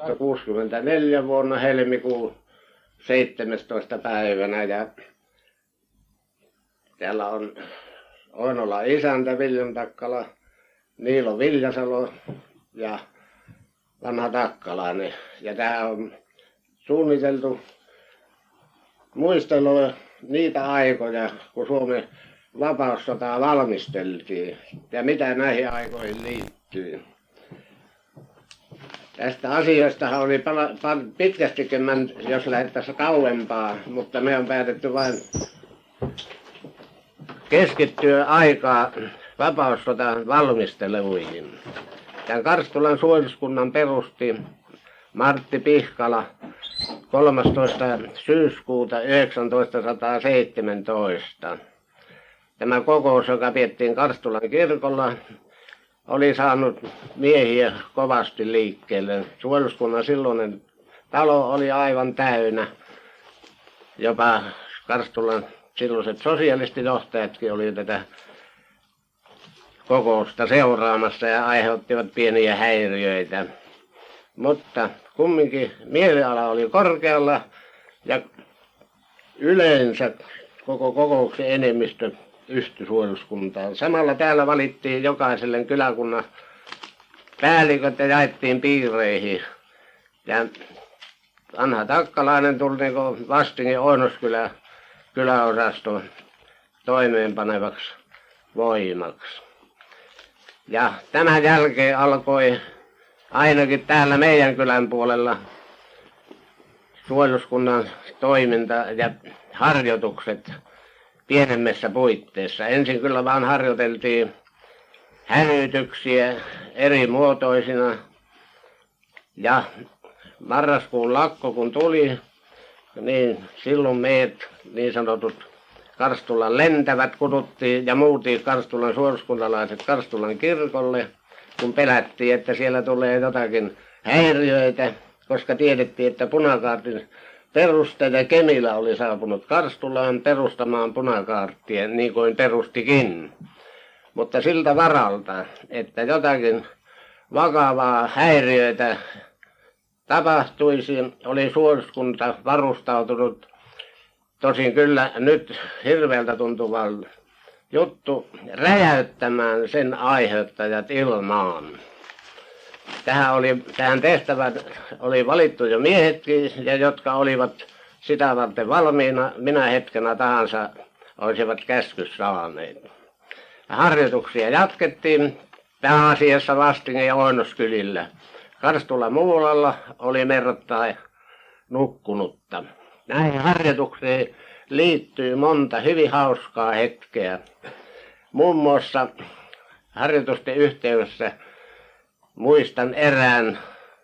64 vuonna helmikuun 17. päivänä ja täällä on Oinola isäntä Viljon Takkala, Niilo Viljasalo ja vanha takkalainen. Ja tämä on suunniteltu muistelua niitä aikoja, kun Suomen vapaussotaa valmisteltiin ja mitä näihin aikoihin liittyy. Tästä asiasta oli pitkästikin, jos lähdettäisiin kauempaa, mutta me on päätetty vain keskittyä aikaa vapaussotaan valmisteluihin. Tämän Karstulan suojeluskunnan perusti Martti Pihkala 13. syyskuuta 1917. Tämä kokous, joka pidettiin Karstulan kirkolla, oli saanut miehiä kovasti liikkeelle. Suojeluskunnan silloinen talo oli aivan täynnä. Jopa Karstulan silloiset sosialistijohtajatkin oli tätä kokousta seuraamassa ja aiheuttivat pieniä häiriöitä. Mutta kumminkin mieliala oli korkealla ja yleensä koko kokouksen enemmistö yhtyi suojeluskuntaan. Samalla täällä valittiin jokaiselle kyläkunnan päälliköt ja jaettiin piireihin. Ja vanha takkalainen tuli niin Vastingin Oinoskylän kyläosaston toimeenpanevaksi voimaksi. Ja tämän jälkeen alkoi ainakin täällä meidän kylän puolella suojeluskunnan toiminta ja harjoitukset pienemmissä puitteissa. Ensin kyllä vaan harjoiteltiin hälytyksiä eri muotoisina ja marraskuun lakko kun tuli, niin silloin meidät niin sanotut Karstulan lentävät kututtiin ja muutiin Karstulan suojeluskuntalaiset Karstulan kirkolle, kun pelättiin, että siellä tulee jotakin häiriöitä, koska tiedettiin, että punakaartin perustaja Kemilä oli saapunut Karstulaan perustamaan punakaarttia, niin kuin perustikin. Mutta siltä varalta, että jotakin vakavaa häiriöitä tapahtuisi, oli suojeluskunta varustautunut, tosin kyllä nyt hirveältä tuntuva juttu, räjäyttämään sen aiheuttajat ilmaan. Tähän tehtävään oli valittu jo miehetkin, ja jotka olivat sitä varten valmiina, minä hetkenä tahansa olisivat käskys saaneet. Harjoituksia jatkettiin pääasiassa Vastingin ja Oinoskylillä. Karstula Muulalla oli merrattain nukkunutta. Näihin harjoituksiin liittyy monta hyvin hauskaa hetkeä. Muun muassa harjoitusten yhteydessä muistan erään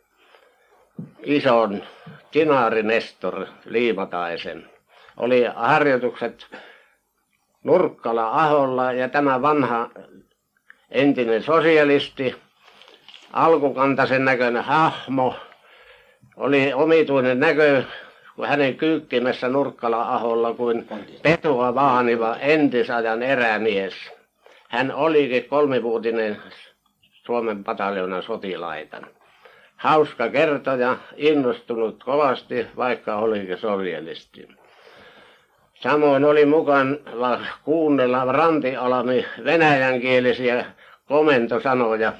ison Kinaari-Nestor Liimataisen. Oli harjoitukset Nurkkala-aholla ja tämä vanha entinen sosialisti, alkukantaisen näköinen hahmo, oli omituinen näkö, kun hänen kyykkimessä Nurkkala-aholla kuin petoa vaaniva entisajan erämies. Hän olikin 3-vuotinen Suomen pataljoonan sotilaita. Hauska kertoja, innostunut kovasti, vaikka olikin sosialisti. Samoin oli mukana kuunnella Ranti-Alami venäjänkielisiä komentosanoja,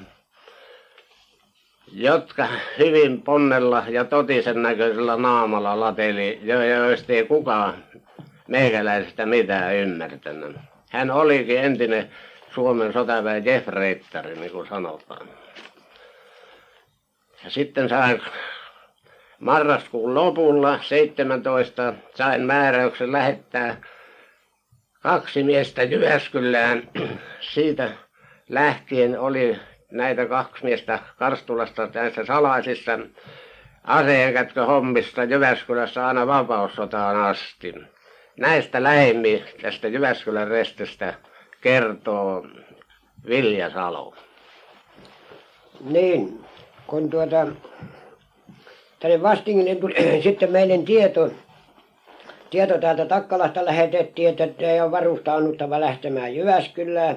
jotka hyvin ponnella ja totisen näköisellä naamalla lateli, joista ei kukaan meikäläisestä mitään ymmärtänyt. Hän olikin entinen Suomen sotaväen jefreittari, niin kuin sanotaan. Ja sitten sain marraskuun lopulla 17 sain määräyksen lähettää 2 miestä Jyväskylään. Siitä lähtien oli näitä 2 miestä Karstulasta näissä salaisissa aseenkätköhommissa Jyväskylässä aina vapaussotaan asti. Näistä lähemmin tästä Jyväskylän restistä kertoo Viljasalo. Niin, kun tänne Vastingille tuli sitten meidän tieto täältä Takkalasta lähetettiin, että ei ole varustauduttava lähtemään Jyväskylään.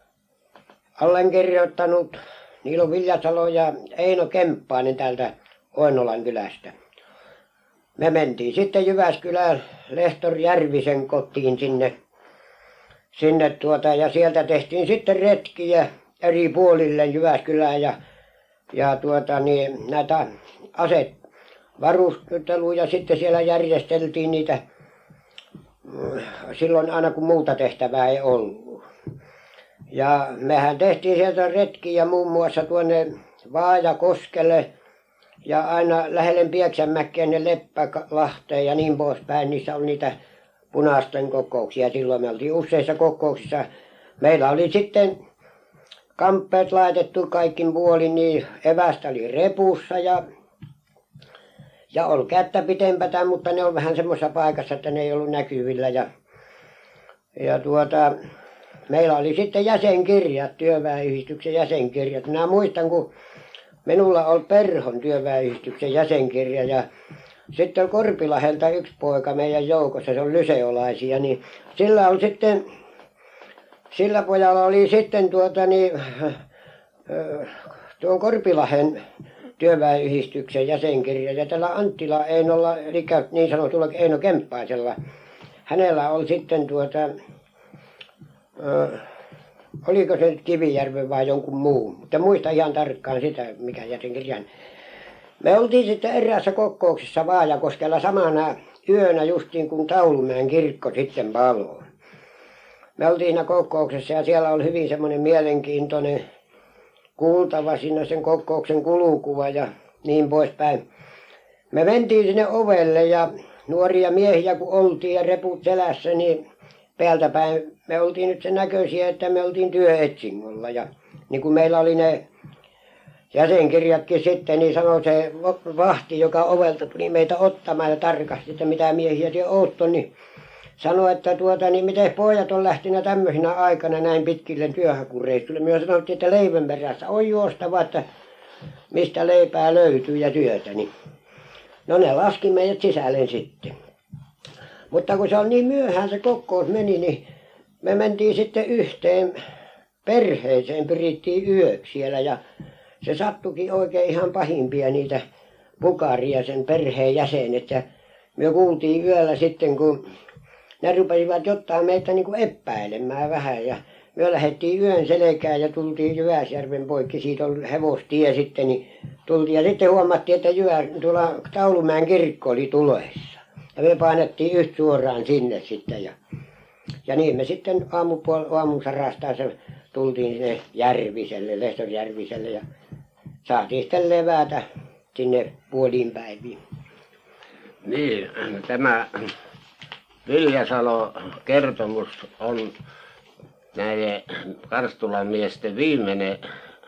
Allekirjoittanut Niilo Viljasalo ja Eino Kemppainen täältä Oinolan kylästä. Me mentiin sitten Jyväskylään Lehtori Järvisen kotiin sinne ja sieltä tehtiin sitten retkiä eri puolille Jyväskylään ja näitä asevarusteluja sitten siellä järjesteltiin niitä silloin aina kun muuta tehtävää ei ollut. Ja mehän tehtiin sieltä retkiä muun muassa tuonne Vaajakoskelle ja aina lähelle Pieksämäkeä ne Leppälahteen ja niin poispäin. Niissä oli niitä punaisten kokouksia. Silloin me oltiin useissa kokouksissa. Meillä oli sitten kamppeet laitettu kaikin puolin, niin evästä oli repussa ja oli kättä pitempätä, mutta ne on vähän semmoisessa paikassa, että ne ei ollut näkyvillä. Ja meillä oli sitten jäsenkirjat, työväenyhdistyksen jäsenkirjat. Minä muistan, kun minulla oli Perhon työväenyhdistyksen jäsenkirja ja sitten oli Korpilahdelta yksi poika meidän joukossa, se on lyseolaisia, niin sillä pojalla oli sitten tuon Korpilahden työväenyhdistyksen jäsenkirja ja tällä Anttila Einolla, eli niin sanotulla Eino Kemppaisella, hänellä oli sitten oliko se nyt Kivijärven vai jonkun muun, mutta muista ihan tarkkaan sitä, mikä jäsenkirjan. Me oltiin sitten eräässä kokouksessa Vaajakoskella samana yönä justiin kun Taulumäen kirkko sitten paloi. Me oltiin siinä kokouksessa ja siellä oli hyvin semmoinen mielenkiintoinen kuultava siinä sen kokouksen kulukuva ja niin poispäin. Me mentiin sinne ovelle ja nuoria miehiä kun oltiin ja reput selässä, niin päältä päin me oltiin nyt sen näköisiä, että me oltiin työetsingolla. Ja niin kuin meillä oli ne jäsenkirjatkin sitten, niin sanoi se vahti, joka ovelta tuli meitä ottamaan ja tarkasti, että mitä miehiä te ootte, niin sanoi, että niin miten pojat on lähtenyt tämmöisenä aikana näin pitkille työhakureissuille. Me sanottiin, että leivän perässä on juostava, että mistä leipää löytyy ja työtä. Niin. No ne laski meidät sisälle sitten. Mutta kun se on niin myöhään se kokous meni, niin me mentiin sitten yhteen perheeseen, pyrittiin yöksi siellä ja se sattuikin oikein ihan pahimpia niitä pukaria sen perheen jäsenet ja me kuultiin yöllä sitten kun ne rupesivat jotain meitä niin kuin epäilemään vähän ja me lähdettiin yön selkään ja tultiin Jyväsjärven poikki, siitä oli hevostie sitten, niin tultiin ja sitten huomattiin, että tuolla Taulumäen kirkko oli tulossa. Ja me painettiin yhtä suoraan sinne sitten ja niin me sitten aamusarastaan tultiin sinne Järviselle, Lehtorjärviselle ja saatiin sitten levätä sinne puoliin päiviin. Niin, tämä Viljasalo kertomus on näiden Karstulan miesten viimeinen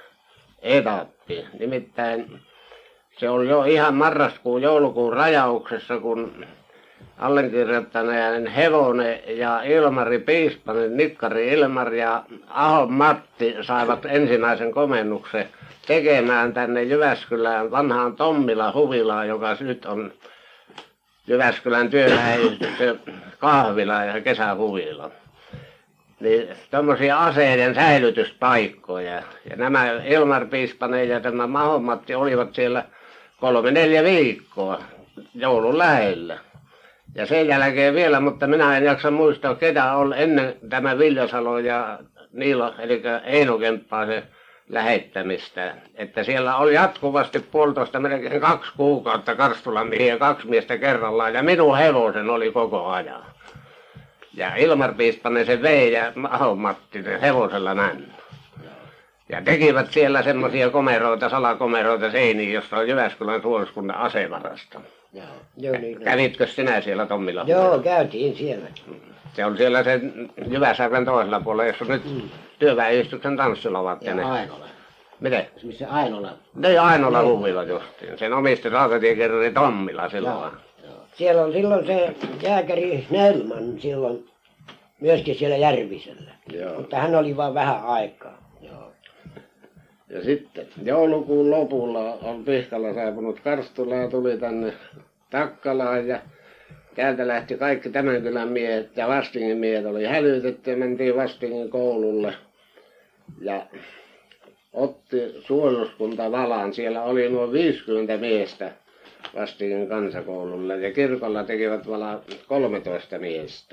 etappi. Nimittäin se oli jo ihan marraskuun joulukuun rajauksessa, kun allekirjoittaneen hevonen ja Ilmari Piispanen, Nikkari Ilmari ja Ahon Matti saivat ensimmäisen komennuksen tekemään tänne Jyväskylään vanhaan Tommilan huvilaan, joka nyt on Jyväskylän työväenyhdistyksen kahvila ja kesähuvila. Niin tommosia aseiden säilytyspaikkoja. Ja nämä Ilmar Piispanen ja tämä Ahon Matti olivat siellä 3-4 viikkoa joulun lähellä. Ja sen jälkeen vielä, mutta minä en jaksa muistaa, ketä on ennen tämä Viljasalo ja Niilo, eli Eino Kemppaisen lähettämistä. Että siellä oli jatkuvasti 1,5 melkein 2 kuukautta Karstulan miehiä, 2 miestä kerrallaan, ja minun hevosen oli koko ajan. Ja Ilmar Piispanen se vei ja Ahon Matti hevosella mennä. Ja tekivät siellä semmoisia komeroita, salakomeroita seiniin, jossa on Jyväskylän suojeluskunnan asevarasto. Joo, niin. Kävitkö sinä siellä Tommilla? Joo, käytiin siellä. Se on siellä sen Jyväsjärven toisella puolella, jossa nyt työväenyhdistyksen tanssilavat. Ja Ainola. Miten? Missä Ainola? Ne Ainola huvila justiin. Sen omisti rautatiekerrari Tommila silloin. Siellä on silloin se jääkäri Snellman silloin myöskin siellä Järvisellä. Joo. Mutta hän oli vain vähän aikaa. Joo. Ja sitten joulukuun lopulla on Pihkala saapunut Karstulaan ja tuli tänne Takkalaan ja täältä lähti kaikki tämän kylän miehet ja Vastingin miehet oli hälytetty ja mentiin Vastingin koululle ja otti suojeluskunta valaan. Siellä oli nuo 50 miestä Vastikään kansakoululla ja kirkolla tekivät valaa 13 miestä.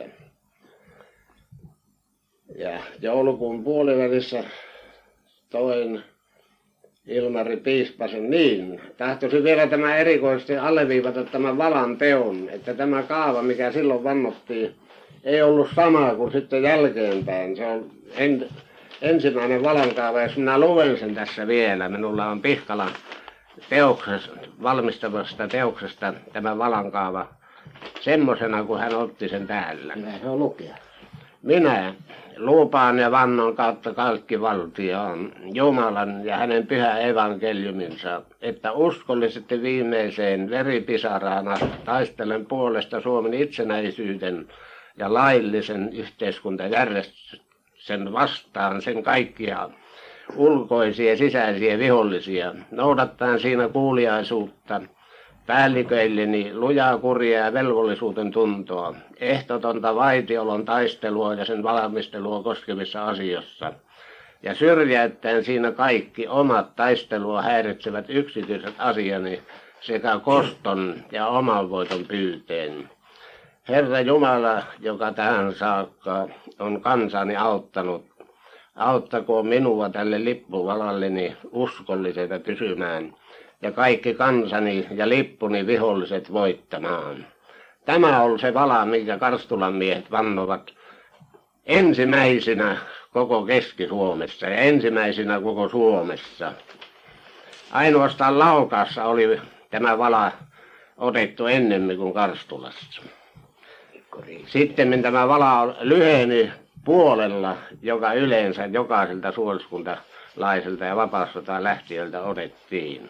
Ja joulukuun puolivälissä toin Ilmari Piispasen niin. Tahtoisin vielä tämä erikoisesti alleviivata tämän valan teon, että tämä kaava, mikä silloin vannottiin, ei ollut sama kuin sitten jälkeenpäin. Se on ensimmäinen valankaava, jos minä luen sen tässä vielä. Minulla on Pihkalan valmistavasta teoksesta tämä valankaava semmosena, kuin hän otti sen täällä. Se on lukea. Minä lupaan ja vannon kautta kaikki valtioon Jumalan ja hänen pyhä evankeliuminsa, että uskollisesti viimeiseen veripisaraan asti taistelen puolesta Suomen itsenäisyyden ja laillisen yhteiskuntajärjestyksen vastaan sen kaikkia ulkoisia ja sisäisiä vihollisia, noudattaen siinä kuuliaisuutta, päälliköilleni lujaa kuria ja velvollisuuden tuntoa, ehtotonta vaitiolon taistelua ja sen valmistelua koskevissa asioissa, ja syrjäyttäen siinä kaikki omat taistelua häiritsevät yksityiset asiani sekä koston ja oman voiton pyyteen. Herra Jumala, joka tähän saakka on kansani auttanut, auttakoon minua tälle lippuvalalleni uskollisena pysymään ja kaikki kansani ja lippuni viholliset voittamaan. Tämä on se vala, minkä Karstulan miehet vannovat ensimmäisinä koko Keski-Suomessa ja ensimmäisinä koko Suomessa. Ainoastaan Laukaassa oli tämä vala otettu ennemmin kuin Karstulassa. Sitten tämä vala lyheni puolella, joka yleensä jokaiselta suoriskuntalaiselta ja vapaussotaan lähtiöltä otettiin.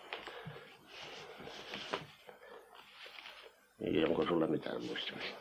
Onko sulla mitään muistamista?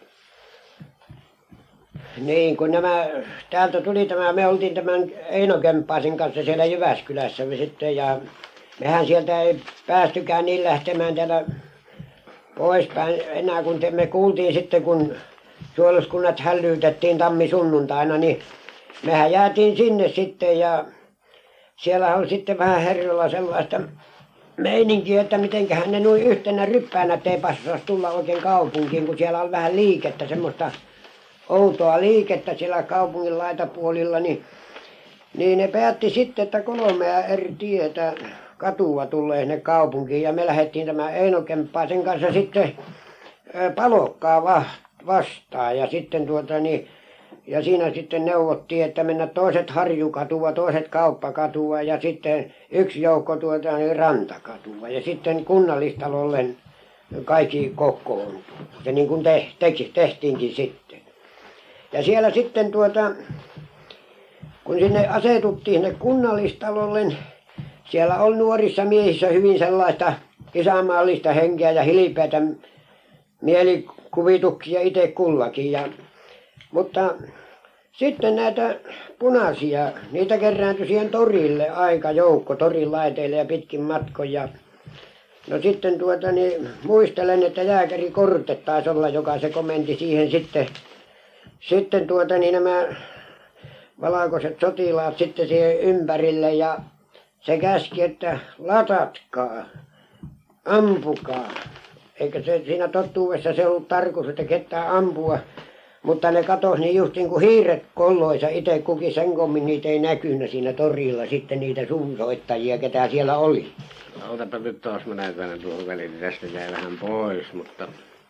Niin, kun täältä tuli me oltiin tämän Eino Kemppaisen kanssa siellä Jyväskylässä sitten ja mehän sieltä ei päästykään niin lähtemään täällä poispäin enää, kun me kuultiin sitten, kun suojeluskunnat hälytettiin tammisunnuntaina, niin mehän jäätiin sinne sitten ja siellä on sitten vähän herrolla sellaista meininkiä, että mitenköhän ne noin yhtenä ryppäänä, ettei passaisi tulla oikein kaupunkiin, kun siellä on vähän liikettä, semmoista outoa liikettä siellä kaupungin laitapuolilla, niin ne päätti sitten, että 3 eri tietä katua tulee sinne kaupunkiin ja me lähdettiin tämä Eino Kemppaisen kanssa sitten Palokkaa vastaan ja sitten ja siinä sitten neuvottiin, että mennä toiset Harjukatua, toiset Kauppakatua ja sitten yksi joukko Rantakatua ja sitten kunnallistalolle kaikki kokoontuu. Ja niin kuin tehtiinkin sitten. Ja siellä sitten kun sinne asetuttiin sinne kunnallistalolle, siellä on nuorissa miehissä hyvin sellaista isänmaallista henkeä ja hilpeätä mielikuvituksia itse kullakin. Mutta sitten näitä punaisia, niitä kerääntyi siihen torille aika joukko, torin laiteille ja pitkin matkoja. No sitten muistelen, että jääkäri Korte taisi olla, joka se komenti siihen sitten nämä valkoiset sotilaat sitten siihen ympärille ja se käski, että latatkaa, ampukaa. Eikä se siinä totuudessa se ollut tarkoitus, että ketään ampua, mutta ne katosi niin just niin kuin hiiret kolloissa itse kukin, sen kommin niitä ei näkynyt siinä torilla sitten niitä suunsoittajia, ketä siellä oli. Otapa nyt taas mä näytän tuohon väliin, tästä jäi vähän pois, mutta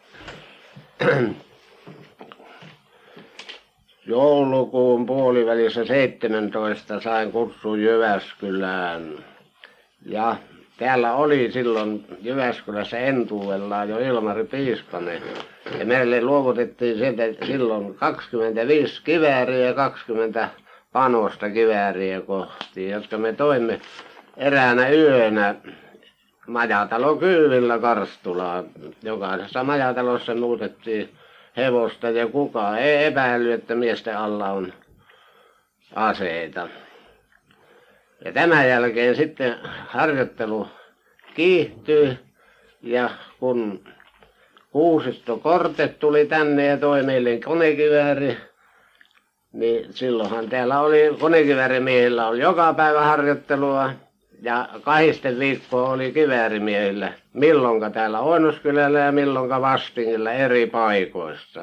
joulukuun puolivälissä 17 sain kutsun Jyväskylään ja täällä oli silloin Jyväskylässä entuudellaan jo Ilmari Piispanen ja meille luovutettiin sieltä silloin 25 kivääriä ja 20 panosta kivääriä kohti, jotka me toimme eräänä yönä majatalon kyydillä Karstulaan. Jokaisessa majatalossa muutettiin hevosta ja kukaan ei epäillyt, että miesten alla on aseita. Ja tämän jälkeen sitten harjoittelu kiihtyi ja kun Kuusisto Korte tuli tänne ja toi meille konekivääri, niin silloinhan täällä oli konekiväärimieillä oli joka päivä harjoittelua ja kahdesti viikkoa oli kiväärimiehillä, milloinka täällä Oinoskylällä ja milloinka Vastingilla eri paikoissa.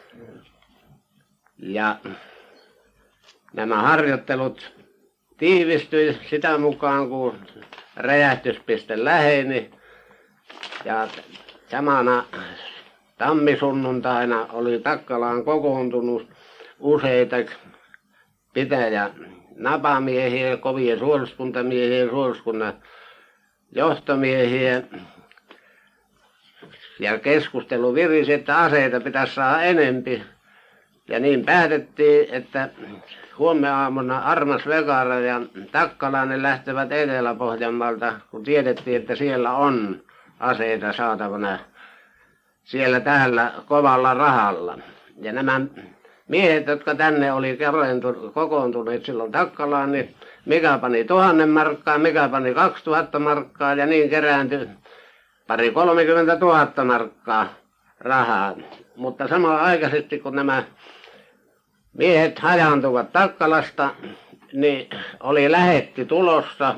Ja nämä harjoittelut tiivistyi sitä mukaan, kun räjähdyspiste läheni. Ja samana tammisunnuntaina oli Takkalaan kokoontunut useita pitäjä napamiehiä, kovia suoluskuntamiehiä, suoluskunnan johtomiehiä. Ja keskustelu virisi, että aseita pitäisi saada enempi. Ja niin päätettiin, että huomenaamuna Armas Vekara ja Takkalainen lähtevät Etelä-Pohjanmaalta, kun tiedettiin, että siellä on aseita saatavana siellä täällä kovalla rahalla. Ja nämä miehet, jotka tänne oli kokoontuneet silloin Takkalaan, niin mikä pani 1000 markkaa, mikä pani 2000 markkaa ja niin kerääntyi 30 000 markkaa rahaa. Mutta samanaikaisesti kun nämä miehet hajaantuvat Takkalasta, niin oli lähetti tulossa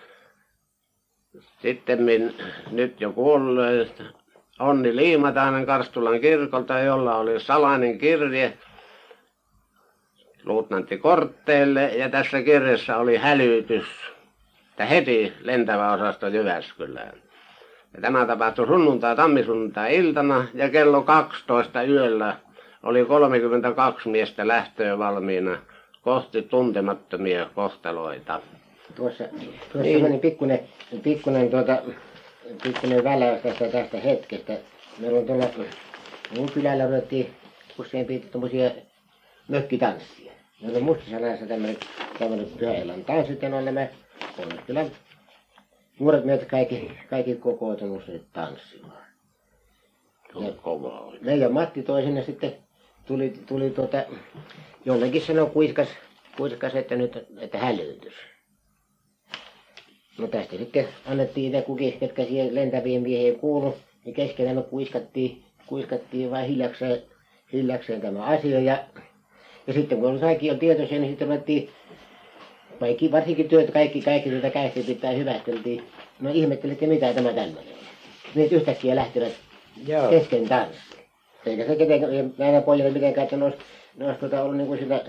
sitten nyt jo kuolleet Onni Liimatainen Karstulan kirkolta, jolla oli salainen kirje luutnantti Kortteelle, ja tässä kirjassa oli hälytys, että heti lentävä osasto Jyväskylään. Ja tämä tapahtui tammisunnuntai-iltana, ja kello 12 yöllä oli 32 miestä lähtöä valmiina kohti tuntemattomia kohtaloita. Tuossa niin. pikkuinen väläys tästä hetkestä. Meillä on tuolla mun kylällä ruvettiin useampia tuommoisia mökkitanssia. Meillä on Mustasalässä tämmöinen pyhäillan tanssit, ja noin nämä Oinoskylän nuoret miehet kaikki kokoontunut tanssimaan. Meidän Matti toi sinne sitten tuli jollekin sanoi kuiskas, että nyt että hälytys. No tästä sitten annettiin ne kukin, ketkä siihen lentäviin miehiin kuului, niin keskenään me kuiskattiin vain hiljakseen tämä asia. Ja sitten kun kaikki on tietoisia, niin sitten ruvettiin, varsinkin kaikki tätä käsiä pitää hyvästeltiin. No ihmettelitte, mitä tämä tämmöinen on. Niin yhtäkkiä lähtivät kesken tanssi. Eikä se näillä pojilla mitenkään, että ne olisi ollut niin kuin sitä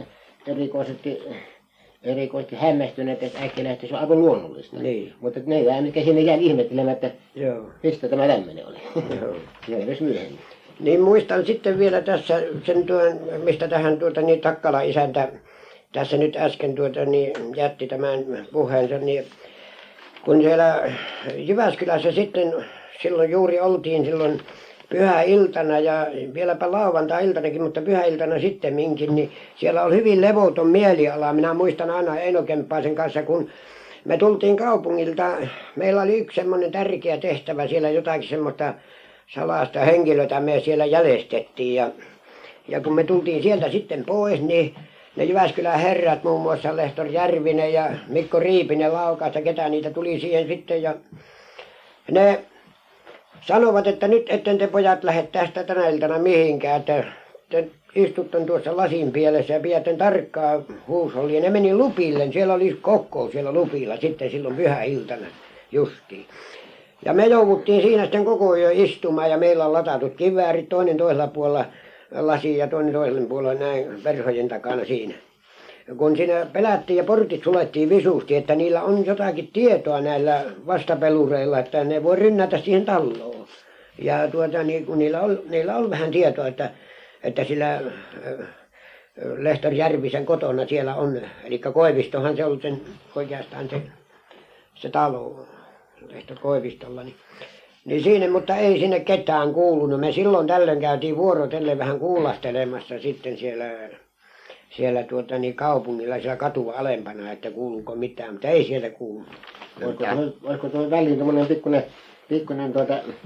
erikoisesti hämmästyneet, että äkkiä lähti, se on aivan luonnollista. Niin. Mutta ne jää, mitkä sinne jää ihmettelemään, että mistä tämä tämmöinen oli. Joo, edes myöhemmin. Niin muistan sitten vielä tässä sen mistä tähän niin Takkalan isäntä tässä nyt äsken niin jätti tämän puheensa, niin kun siellä Jyväskylässä sitten silloin juuri oltiin silloin pyhäiltana ja vieläpä lauantai-iltanakin, mutta pyhäiltana sitten minkin, niin siellä oli hyvin levoton mieliala. Minä muistan aina Eino Kemppaisen kanssa, kun me tultiin kaupungilta, meillä oli yksi semmoinen tärkeä tehtävä, siellä jotakin semmoista salaista henkilötä me siellä jäljestettiin. Ja kun me tultiin sieltä sitten pois, niin ne Jyväskylän herrat, muun muassa Lehtor Järvinen ja Mikko Riipinen Laukaasta, ketä niitä tuli siihen sitten, ja ne sanovat, että nyt etten te pojat lähde tästä tänä iltana mihinkään, että te istutte tuossa lasin pielessä ja pidätte tarkkaa huushollia. Ne meni Lupille, siellä oli kokous siellä Lupilla sitten silloin pyhäiltana justiin. Ja me jouduttiin siinä sitten koko yön istumaan, ja meillä on latatut kiväärit, toinen toisella puolella lasi ja toinen toisella puolella näin verhojen takana siinä. Kun siinä pelättiin ja portit sulettiin visusti, että niillä on jotakin tietoa näillä vastapelureilla, että ne voi rynnätä siihen taloon. Ja niin kun niillä on vähän tietoa, että sillä Lehtor Järvisen kotona siellä on, eli Koivistohan se on sen oikeastaan se talo Lehtor Koivistolla, niin siinä, mutta ei sinne ketään kuulunut. Me silloin tällöin käytiin vuorotellen vähän kuulastelemassa sitten siellä kaupungilla, siellä katua alempana, että kuuluuko mitään, mutta ei sieltä kuulu. Olisiko tuo väliin pikkuinen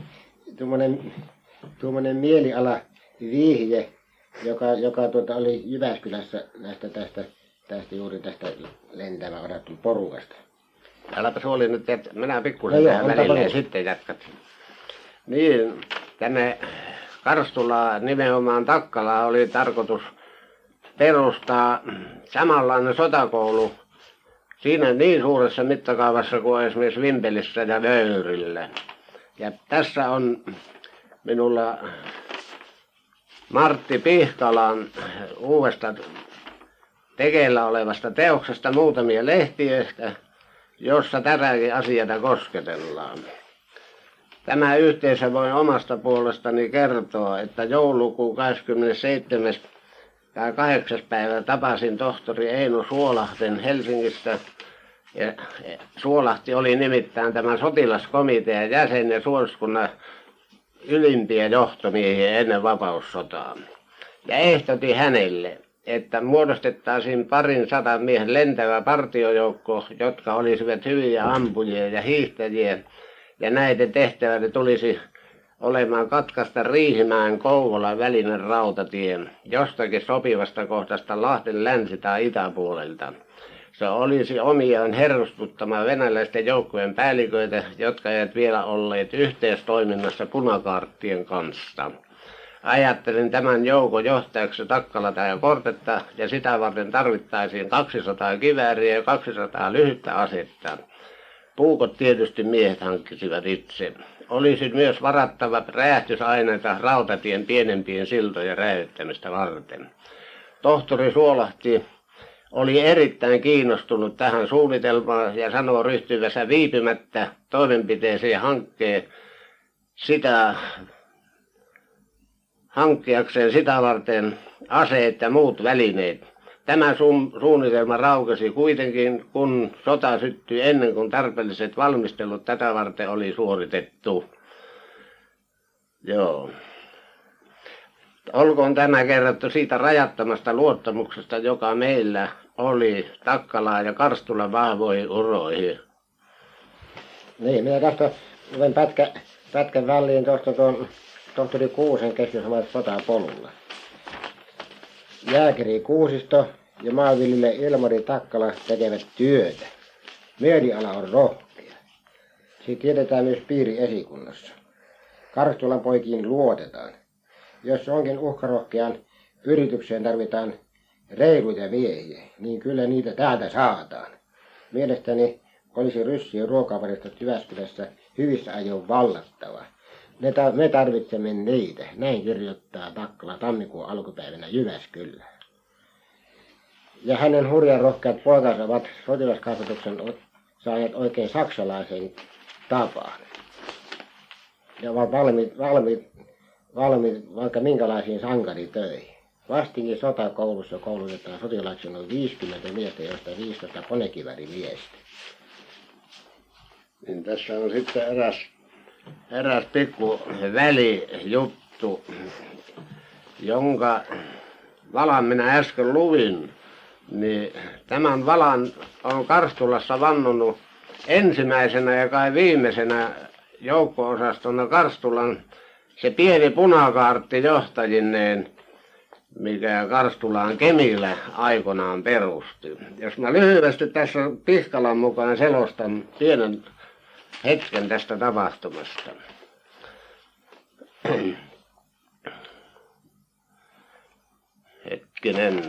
tuommoinen mieliala vihje, joka oli Jyväskylässä tästä juuri tästä lentävä odattu porukasta. Äläpä suoli nyt, että minä pikkuisen tähän välille ja sitten jatkat. Niin, tänne Karstulaan nimenomaan Takkalaan oli tarkoitus perustaa samanlainen sotakoulu siinä niin suuressa mittakaavassa kuin esimerkiksi Vimpelissä ja Vöyrillä. Ja tässä on minulla Martti Pihkalan uudesta tekeillä olevasta teoksesta muutamia lehtiöistä, jossa tätäkin asiaa kosketellaan. Tämä yhteisö voi omasta puolestani kertoa, että joulukuun 27. tai 8. päivä tapasin tohtori Eino Suolahden Helsingissä. Ja Suolahti oli nimittäin tämän sotilaskomitean jäsen ja suosikunnan ylimpiä johtomiehiä ennen vapaussotaa. Ja ehdotti hänelle, että muodostettaisiin 200 miehen lentävä partiojoukko, jotka olisivat hyviä ampujia ja hiihtäjiä. Ja näiden tehtävänä tulisi olemaan katkaista Riihimäen Kouvolan välinen rautatie jostakin sopivasta kohdasta Lahden länsi- tai itäpuolelta. Se olisi omiaan hermostuttamaan venäläisten joukkojen päälliköitä, jotka eivät vielä olleet yhteistoiminnassa punakaarttien kanssa. Ajattelin tämän joukon johtajaksi Takkalata ja Kortetta, ja sitä varten tarvittaisiin 200 kivääriä ja 200 lyhyttä asetta. Puukot tietysti miehet hankkisivat itse. Olisi myös varattava räjähtysaineita rautatien pienempien siltojen räjäyttämistä varten. Tohtori Suolahti oli erittäin kiinnostunut tähän suunnitelmaan ja sanoi ryhtyvänsä viipymättä toimenpiteeseen hankkiakseen sitä varten aseet ja muut välineet. Tämä suunnitelma raukesi kuitenkin, kun sota syttyi ennen kuin tarpeelliset valmistelut tätä varten oli suoritettu. Joo. Olkoon tämä kerrottu siitä rajattomasta luottamuksesta, joka meillä oli Takkalaan ja Karstulan vahvoihin uroihin. Niin, minä tästä luen pätkän väliin tuosta tuon tohtori Kuusen keskisamassa sotapolulla. Jääkäri Kuusisto ja maanviljelijä Ilmari Takkala tekevät työtä. Mieliala on rohkea. Siitä tiedetään myös piiriesikunnassa. Karstulan poikiin luotetaan. Jos onkin uhkarohkean yritykseen tarvitaan reiluja miehiä, niin kyllä niitä täältä saadaan. Mielestäni olisi ryssien ruokavaristot Jyväskylässä hyvissä ajoin vallattava. Me tarvitsemme niitä, näin kirjoittaa Takkala tammikuun alkupäivänä Jyväskylään. Ja hänen hurjan rohkeat poikansa ovat sotilaskasvatuksen saaneet oikein saksalaisen tapaan. Ja ovat valmiit vaikka minkälaisiin sankaritöihin. Vastinkin sotakoulussa koulutetaan sotilaiksi noin 50 miestä, joista 15 konekivärimiestä. Niin tässä on sitten eräs pikku välijuttu, jonka valan minä äsken luvin. Niin tämän valan on Karstulassa vannonut ensimmäisenä ja kai viimeisenä joukko-osastona Karstulan se pieni punakaartti johtajineen, mikä Karstulaan Kemillä aikoinaan perusti. Jos mä lyhyesti tässä Pihkalan mukaan selostan pienen hetken tästä tapahtumasta. Hetkinen,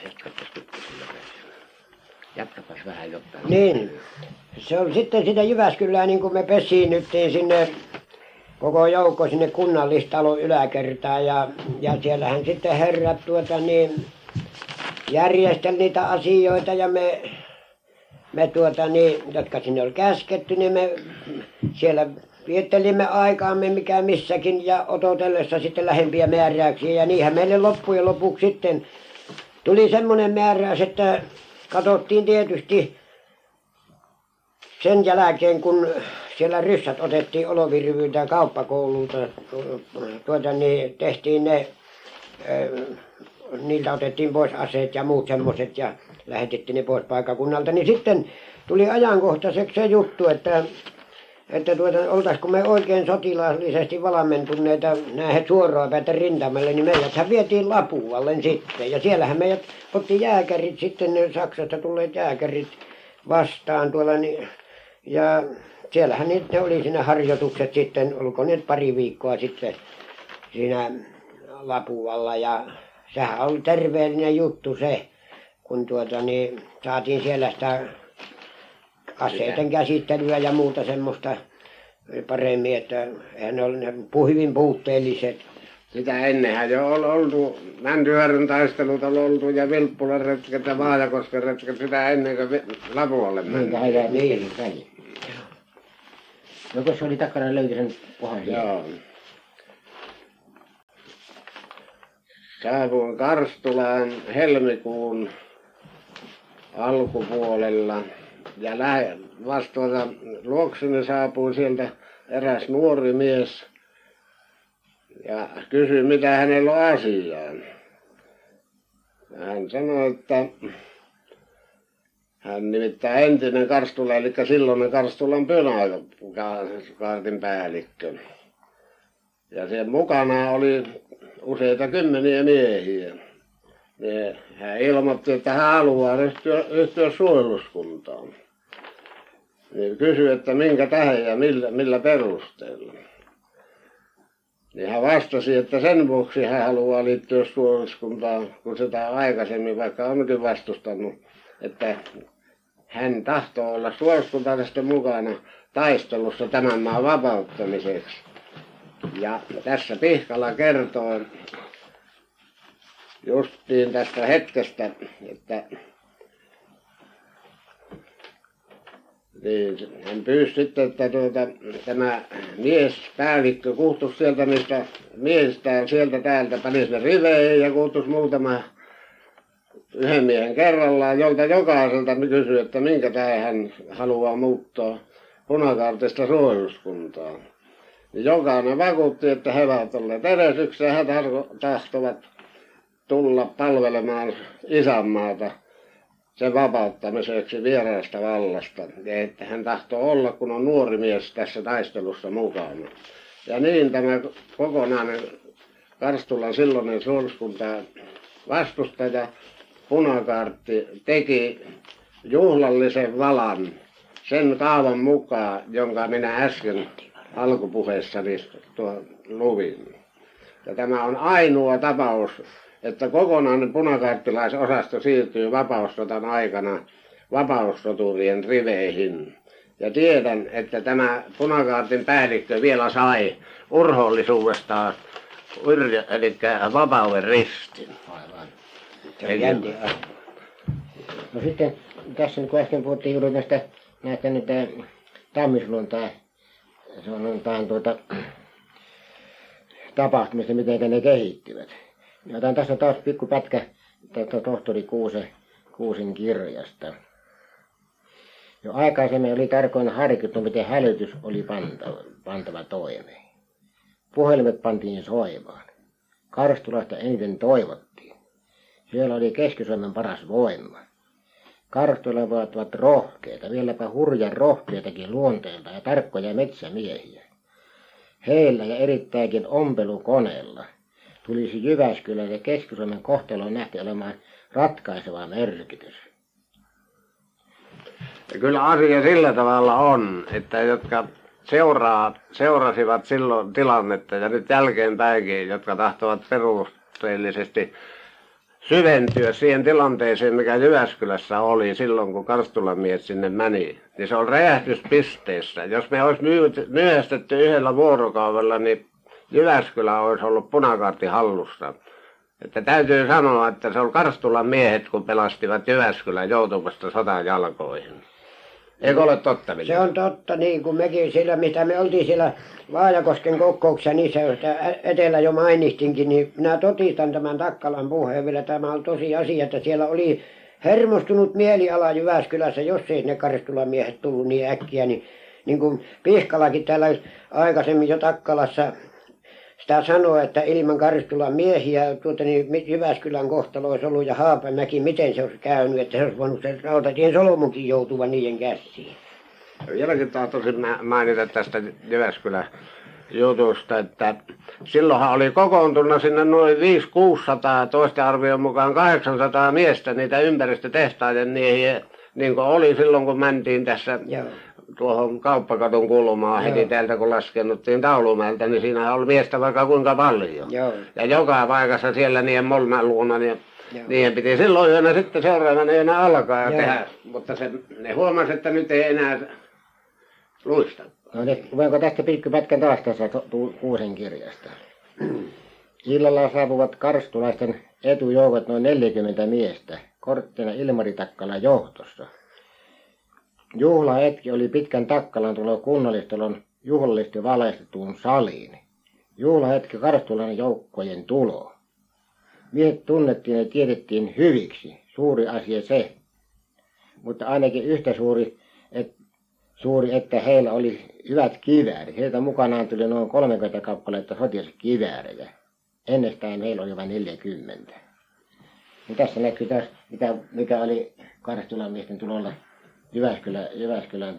jatkapas vähän jotain. Niin, se on sitten sitä Jyväskylää, niin kuin me pesiinnyttiin sinne koko joukko sinne kunnallistalon yläkertaan ja siellähän sitten herrat järjesteli niitä asioita ja me jotka sinne oli käsketty, niin me siellä viettelimme aikaamme mikä missäkin ja odotellessa sitten lähempiä määräyksiä ja niinhän meille loppujen lopuksi sitten tuli semmoinen määräys, että katsottiin tietysti sen jälkeen kun siellä ryssät otettiin Oloviryvyltä ja kauppakoululta, niin tehtiin ne, niiltä otettiin pois aseet ja muut semmoiset ja lähetettiin ne pois paikakunnalta, niin sitten tuli ajankohtaiseksi se juttu, että oltaisiko me oikein sotilaallisesti valmentuneita nähdä suoraan päätä rintamalle, niin meidäthän vietiin Lapualle sitten ja siellähän meidät otti jääkärit sitten, ne Saksasta tulleet jääkärit vastaan tuolla niin, ja siellähän ne oli siinä harjoitukset sitten, olko ne pari viikkoa sitten siinä Lapualla ja sehän oli terveellinen juttu se, kun saatiin siellä sitä aseiden käsittelyä ja muuta semmoista paremmin, että eihän ne hyvin puutteelliset. Sitä ennenhän jo on oltu, Mäntyharjun taistelut on oltu ja Vilppulan retket ja Vaajakosken retket sitä ennen kuin Lapualle mennään. Niin. Joko se oli takana löytyi sen kohan siellä? Joo. Saavuin Karstulaan helmikuun alkupuolella ja vastuuta luokseni saapui sieltä eräs nuori mies ja kysyi mitä hänellä on asiaan. Hän sanoi, että hän nimittäin entinen Karstula, eli silloinen Karstulan pynäkaartin päällikkö. Ja sen mukana oli useita kymmeniä miehiä. Ja hän ilmoitti, että hän haluaa ryhtyä suojeluskuntaan. Niin kysyi, että minkä tähden ja millä perusteella. Niin hän vastasi, että sen vuoksi hän haluaa liittyä suojeluskuntaan, kun sitä aikaisemmin, vaikka onkin vastustanut, että hän tahtoo olla suojeluskuntaisesti mukana taistelussa tämän maan vapauttamiseksi. Ja tässä Pihkala kertoo justiin tästä hetkestä, että niin, hän pyysi sitten, että tämä päällikkö kutsui sieltä niistä miehistään sieltä täältä panisi ne riveihin ja kutsui muutama yhden miehen kerrallaan, jolta jokaiselta kysyi, että minkä tähden hän haluaa muuttaa punakaartista suojeluskuntaan. Niin jokainen vakuutti, että he ovat olleet eresyksiä ja he tahtovat tulla palvelemaan isänmaata sen vapauttamiseksi vieraasta vallasta. Ja että hän tahtoo olla, kun on nuori mies tässä taistelussa mukana. Ja niin tämä kokonainen Karstulan silloinen suojeluskunta vastustaja punakaartti teki juhlallisen valan sen kaavan mukaan, jonka minä äsken alkupuheessani luvin. Ja tämä on ainoa tapaus, että kokonainen punakaarttilaisosasto siirtyy vapaussodan aikana vapaussoturien riveihin. Ja tiedän, että tämä punakaartin päällikkö vielä sai urhoollisuudestaan eli vapauden ristin. Aivan. No sitten tässä kun äsken puhuttiin juuri näistä nyt Tammisluontaan tapahtumista, miten ne kehittyvät. Ja otan tässä taas pikku pätkä tohtori Kuusen kirjasta. Jo aikaisemmin oli tarkoin harkittu, miten hälytys oli pantava toimeen. Puhelimet pantiin soimaan. Karstulasta eniten toivottiin. Siellä oli Keski-Suomen paras voima. Karstulalaiset ovat rohkeita, vieläpä hurjan rohkeitakin luonteelta ja tarkkoja metsämiehiä. Heillä ja erittäinkin ompelukoneella tulisi Jyväskylän ja Keski-Suomen kohtaloon nähty olemaan ratkaiseva merkitys. Ja kyllä asia sillä tavalla on, että jotka seurasivat silloin tilannetta ja nyt jälkeenpäinkin, jotka tahtovat perusteellisesti syventyä siihen tilanteeseen, mikä Jyväskylässä oli silloin, kun Karstulan mies sinne meni, niin se on räjähdyspisteessä. Jos me olisi myöhästetty yhdellä vuorokaudella, niin Jyväskylä olisi ollut punakaartin hallussa. Että täytyy sanoa, että se on Karstulan miehet, kun pelastivat Jyväskylän joutumasta sotajalkoihin. Eikö ole totta? Se on totta, niin kuin mekin sillä, mitä me oltiin siellä Vaajakosken kokouksessa, niin se etelä jo mainittinkin, niin minä totistan tämän Takkalan puheen vielä. Tämä on tosi asia, että siellä oli hermostunut mieliala Jyväskylässä, jos ei ne Karstulan miehet tullut niin äkkiä, niin kuin Pihkalakin täällä aikaisemmin jo Takkalassa sitä sanoo, että ilman Karstulan miehiä niin Jyväskylän kohtalo olisi ollut ja Haapamäki, miten se olisi käynyt, että se olisi voinut sen rautatien solmunkin joutua niiden käsiin. Vieläkin tahtoisin mainita tästä Jyväskylän jutusta, että silloinhan oli kokoontunut sinne noin 500-600, toisten arvion mukaan 800 miestä niitä ympäristötehtaiden miehiä, niin kuin oli silloin kun mentiin tässä tuohon Kauppakadun kulmaan heti täältä kun laskennuttiin Taulumäeltä, niin siinähän oli miestä vaikka kuinka paljon. Ja joka paikassa siellä niiden molmen luona niin Joo. Niiden piti silloin yönä sitten seuraavana yönä alkaa ja Joo. tehdä, mutta ne huomasi, että nyt ei enää luista. No nyt luenko tästä pikkupätkän taas tässä Kuusen kirjasta. Illalla saapuvat karstulaisten etujoukot noin 40 miestä, korttina Ilmari Takkala johtossa. Juhlahetki oli pitkän Takkalan tulo kunnallistalon juhlallisesti valaistettuun saliin. Juhlahetki karstulainen joukkojen tulo. Miehet tunnettiin ja tiedettiin hyviksi, suuri asia se. Mutta ainakin yhtä suuri, että heillä oli hyvät kiväärit. Heiltä mukanaan tuli noin 30 kappaletta sotilaskiväärejä. Ennestään heillä oli vain 40. Ja tässä näkyy taas, mikä oli Karstulan miesten tulolla Jyväskylän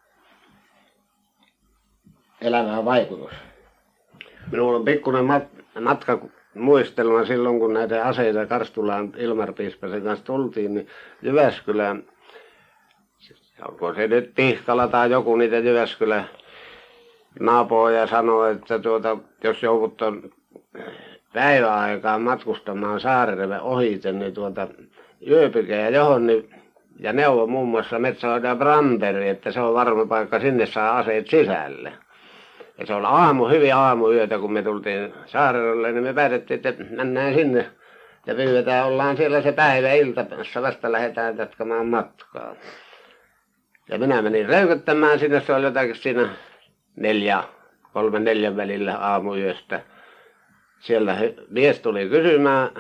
elämään vaikutus. Minulla on pikkuinen matka muistelma silloin, kun näitä aseita Karstulaan Ilmar Piispasen kanssa tultiin, niin Jyväskylään, onko se nyt Pihkala tai joku niitä Jyväskylän naapoja sanoi, että jos joudut päiväaikaan matkustamaan Saarijärven ohite, niin yöpykää johon, niin, ja neuvoi muun muassa metsähoitaja Branderi, että se on varma paikka, sinne saa aseet sisälle. Ja se oli hyvin aamuyötä, kun me tultiin Saarijärvelle, niin me päätettiin, että mennään sinne ja pyydetään, ollaan siellä se päivä iltapäivässä, vasta lähdetään jatkamaan matkaa. Ja minä menin röyköttämään sinne, se oli jotakin siinä 3-4 välillä aamuyöstä. Siellä mies tuli kysymään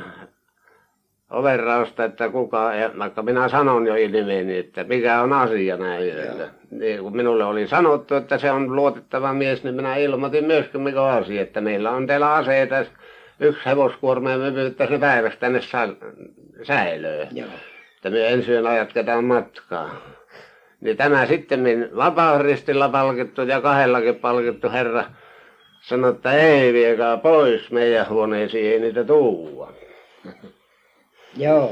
overrausta, että kuka, ja vaikka minä sanon jo nimeni, että mikä on asia näin yöllä. Niin, kun minulle oli sanottu, että se on luotettava mies, niin minä ilmoitin myöskin mikä on asia, että meillä on teillä aseita, 1 hevoskuorma ja me pyytäisiin ne päiväksi tänne säilöön. Että me ensi yönä jatketaan matkaa. Niin tämä sitten Vapausristillä palkittu ja 2 palkittu herra sanoi, että ei viekää pois meidän huoneisiin, ei niitä tuua. Joo.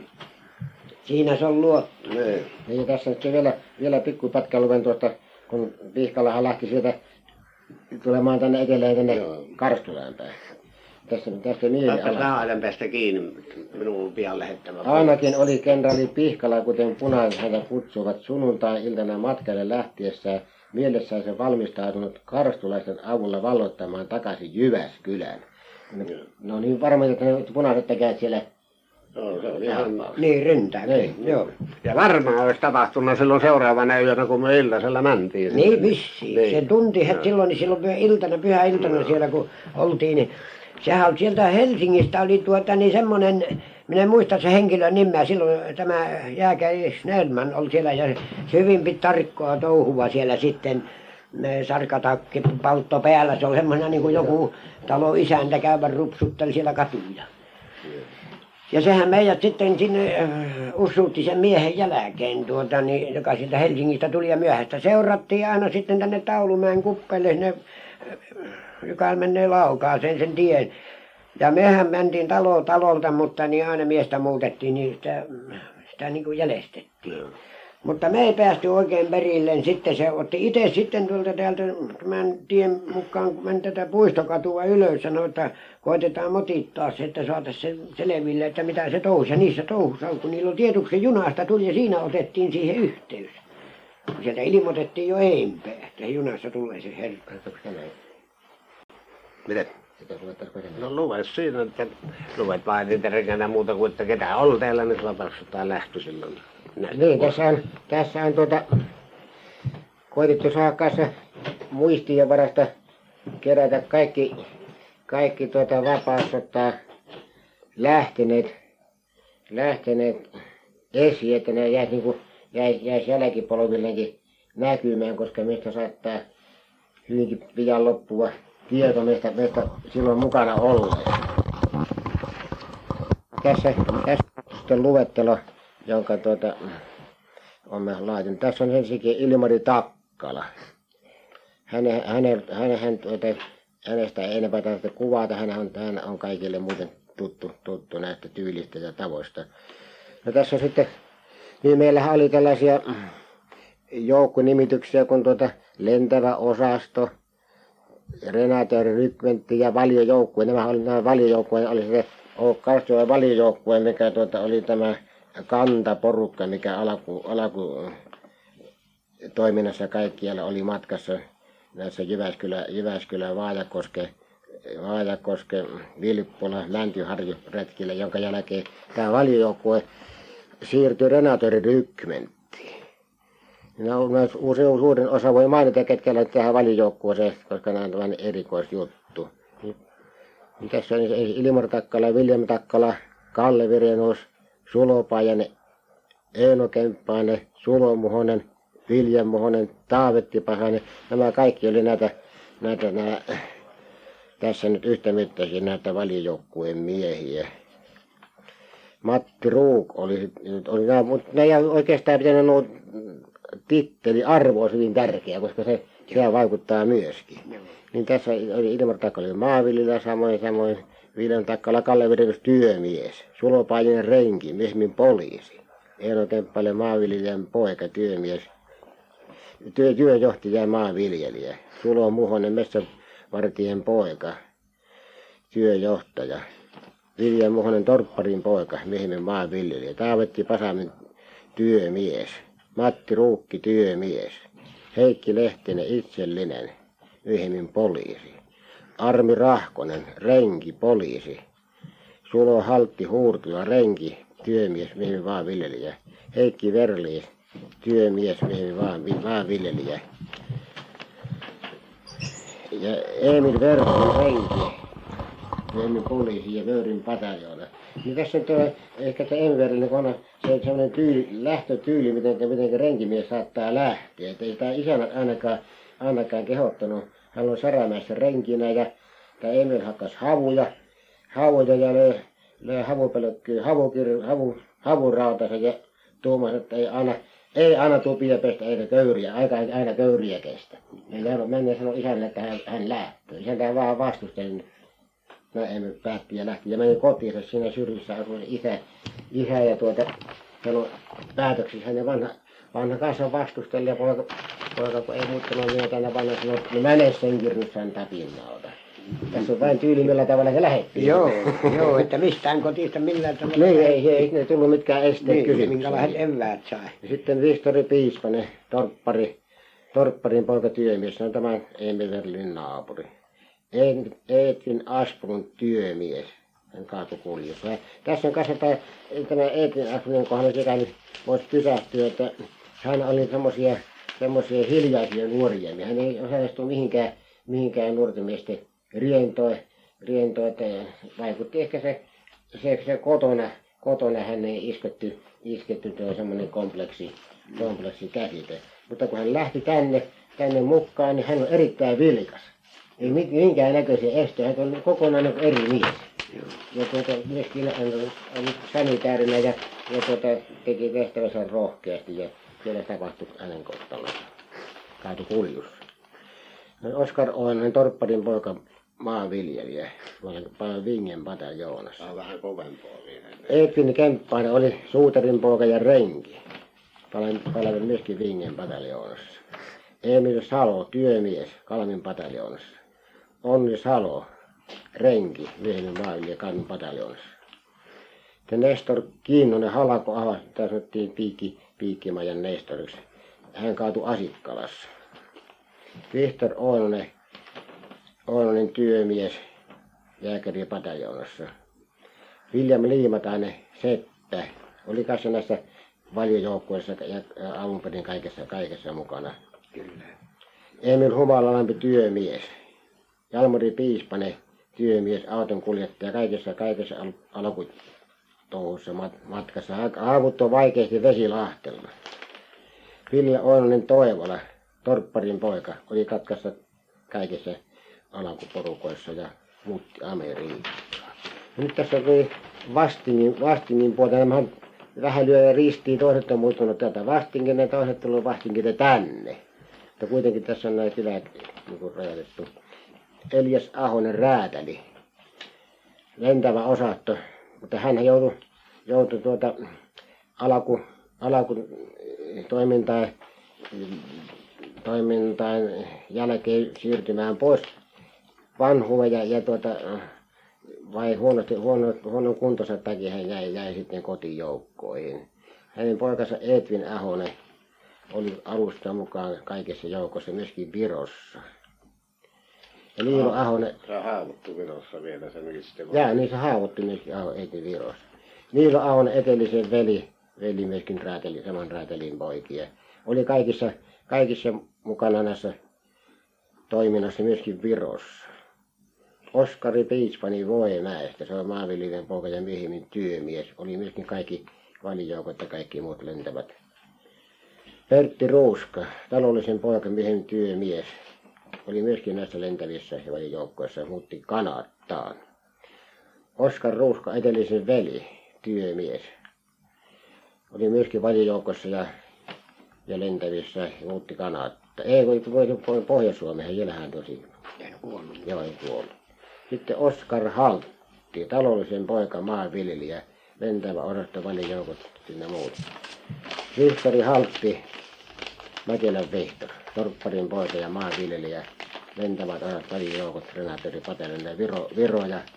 Siinä se on luottu. Niin tässä nyt vielä pikkupätkä luen tuosta, kun Pihkalahan lähti sieltä tulemaan tänne etelään tänne Karstulaan päin. Tässä Mä ajan päästä kiinni, minun on pian lähettävä. Ainakin oli kenraali Pihkala, kuten punaiset häntä kutsuvat sunnuntai-iltana matkalle lähtiessään mielessään se valmistautunut karstulaisten avulla valloittamaan takaisin Jyväskylän. No niin varmaan, että ne punaiset tekevät siellä. Joo, se oli ihan. Niin, ryntääkin. Joo. Ja varmaan olisi tapahtunut silloin seuraavana yönä, kun me iltasella mentiin. Niin vissiin. Niin. Se tunti heti silloin, niin silloin pyhäiltana siellä kun oltiin, niin sehän oli sieltä Helsingistä oli niin semmoinen, minä en muista se henkilön nimeä, silloin tämä jääkäri Snellman oli siellä ja se hyvin piti tarkkoa touhua siellä sitten, sarkatakki paltto päällä, se oli semmoinen niin kuin joku talon isäntä käyvän rupsutteli siellä katuja. Ja sehän meidät sitten sinne ussuutti sen miehen jälkeen, niin, joka sieltä Helsingistä tuli ja myöhäistä seurattiin aina sitten tänne Taulumäen kuppeelle, sinne, joka menee Laukaaseen sen tien. Ja mehän mentiin talolta, mutta niin aina miestä muutettiin, niin sitä niin kuin jäljestettiin. Mutta me ei päästy oikein perille. Sitten se otti itse sitten tuolta täältä tämän tien mukaan, kun meni tätä puistokatua ylös, sanoi, että koitetaan motittaa se, että saataisiin se selville, että mitä se touhusi. Ja niissä touhussa on, kun niillä on tiedoksi junasta tuli ja siinä otettiin siihen yhteys. Sieltä ilmoitettiin jo eimpää, että junassa tulee se herra. Miten? No lue siinä, että luet vain niitä renkänä muuta kuin, että ketä on täällä nyt vapautetaan lähtö silloin. Niin, tässä on koitettu saada kanssa muistien varasta kerätä kaikki vapaussotaan lähteneet esiin, että ne jäisi jälkipolvillekin näkymään, koska meistä saattaa hyvinkin pian loppua tieto meistä silloin mukana olleet. Tässä sitten luettelo, jonka olemme laitunut. Tässä on ensinnäkin Ilmari Takkala. Hänestä ei enempää tarvitse kuvata, hän on kaikille muuten tuttu näistä tyylistä ja tavoista. No tässä on sitten, niin meillähän oli tällaisia joukkonimityksiä kuin lentävä osasto, renaatioryhmentti ja valjojoukkue. Nämä valiojoukkueet oli se ole kanssa valijoukkue, mikä oli tämä kantaporukka, mikä alku toiminnassa kaikkialla oli matkassa näissä Jyväskylä Vaajakoske, Vilppula, Mäntyharju retkillä, jonka jälkeen tämä valijoukkue siirtyi Renatori-rykmenttiin. Suurin osa voi mainita, ketkä lähtivät tähän valijoukkueeseen, koska nämä on vain erikoisjuttu. Tässä on Ilmar Takkala, Viljami Takkala, Kalle Virenus, Sulo Pajanen, Eino Kemppainen, Sulo Muhonen, Viljam Muhonen, Taavetti Pahanen. Nämä kaikki oli näitä tässä nyt yhtämittaisia näitä valijoukkueen miehiä. Matti Ruuk oli nämä, mutta ne ei oikeastaan pitänyt nuo titteli arvo on hyvin tärkeä, koska se vaikuttaa myöskin. Niin tässä oli Ilmar Takkala maanviljelijä, samoin Viljami Takkala, Kalle Virenus työmies, Sulo Pajanen renki, myöhemmin poliisi. Eino Kemppainen maanviljelijän poika, työmies, työjohtaja ja maanviljelijä. Sulo Muhonen metsävartijan poika, työjohtaja. Viljami Muhonen torpparin poika, myöhemmin maanviljelijä. Taavetti Pasanen työmies. Matti Ruukki työmies. Heikki Lehtinen itsellinen, myöhemmin poliisi. Armi Rahkonen renki, poliisi. Sulo Haltti Huurtila renki, työmies, myöhemmin maanviljelijä. Heikki Verliis työmies, myöhemmin maanviljelijä. Ja Emil Verhonen renki, myöhemmin poliisi ja Vöyrin pataljoona. Niin tässä on ehkä se Emil kun on sellainen lähtötyyli, miten renkimies saattaa lähteä. Että ei sitä isänä ainakaan kehottanut. Hän on Särämäessä renkinä ja tämä Emil hakkas havuja ja löi havupelokkyä, havurautansa ja tuumasi, että ei aina tupia pestä eikä köyriä, aina köyriä kestä. Ja mennä sanoi isälle, että hän lähtee. Isäntä vaan vastusteli. No Emil päätti ja lähti ja meni kotiinsa, siinä syrjissä asui isä ja sanoi päätöksissä hänen vanha kanssa vastusteli ja poika kun ei muuttanut minä tänä vanha sanoi, että no mene senkin ryssän tapinnalta. Tässä on vain tyyli, millä tavalla se lähetti. Joo, että mistään kotista millään tavalla. Niin, ei ne tullut mitkään esteet niin, kysymyksiin. minkälaiset eväät sai. Ja sitten Vihtori Piispanen, torpparin poika työmies, se on tämä Emil Verlin naapuri. Eetin Asplund työmies, hän kaatui kuljussa. Tässä on kanssa tämä Eetin Asplundin kohdalla sitä nyt voisi pysähtyä, että hän oli semmoisia hiljaisia nuoria. Hän ei osallistu mihinkään nuorten miesten rientoon, että vaikutti ehkä se kotona hän ei isketty tuo semmoinen kompleksi käsite. Mutta kun hän lähti tänne mukaan, niin hän on erittäin vilkas. Ei minkään näköisiä esteitä, hän on kokonaan eri mies. Ja myöskin hän oli sanitäärinä ja teki tehtävänsä rohkeasti ja siellä tapahtui hänen kohtalonsa. Kaatui kuljussa. Oskar on torpparin poika maanviljelijä, Vingen pataljoonassa. Tämä on vähän kovempaa vielä. Eetin Kemppainen oli suutarin poika ja renki. Palveli myöskin Vingen pataljoonassa. Emil Salo, työmies, Kalmin pataljoonassa. Onni Salo, renki, myöhemmin maanviljelijä Kalmin pataljoonassa. Ja Nestor Kinnunen Halko-Aho, tämä sanottiin Piikkimajan Nestoriksi. Hän kaatui Asikkalassa. Vihtor Oinonen työmies jääkäri pataljoonassa. Viljam Liimatainen seppä oli kanssa näissä valiojoukkueissa ja alun perin kaikessa mukana. Kyllä. Emil Humalalampi työmies. Jalmari Piispanen työmies, auton kuljettaja kaikessa alkutouhussa matkassa. Aavut on vaikeasti Vesilahtella. Ville Oinonen Toivola, torpparin poika, oli katkassa kaikissa alkuporukoissa ja muutti Amerikkaan. Nyt tässä oli Vastingin puolta. Nämä vähän lyö ja ristiin, toiset on muuttunut tätä Vastingin ja toiset tullut Vastingin tänne. Mutta kuitenkin tässä on näin kylät niin rajoitettu. Elias Ahonen Räätäli, lentävä osatto, mutta hän joutui toimintaan jälkeen siirtymään pois vanhuuden ja vai huonon kuntonsa takia hän jäi sitten kotijoukkoihin. Hänen poikansa Edvin Ahonen oli alusta mukaan kaikessa joukossa, myöskin Virossa. Ja Niilo Ahonen... Se haavoittui Virossa vielä sen sitten. Jaa, niin se haavoittui myöskin Edvin Virossa. Niilo Ahonen etelisen veli myöskin saman räätälin poikia. Oli kaikissa mukana näissä toiminnassa myöskin Virossa. Oskari Piispani Vuojemäestä, se on maanviljelijän poika ja myöhemmin työmies. Oli myöskin kaikki valijoukot ja kaikki muut lentävät. Pertti Ruuska, talollisen poika, myöhemmin työmies. Oli myöskin näissä lentävissä ja valijoukkoissa ja muutti Kanattaan. Oskar Ruuska, etelisen veli, työmies. Oli myöskin valijoukkoissa ja lentävissä ja muutti Kanattaan. Ei, voi Pohjois-Suomeen, jällähän tosi. Joo, ei kuollut. Sitten Oskar Haltti, talollisen poika, maanviljelijä, lentävä osasto, valijoukot sinne muut. Vihtori Haltti, Mäkelän Vihtori, torpparin poika ja maanviljelijä, lentävät osat, valijoukot, Renaattori Patelinen ja Viro ja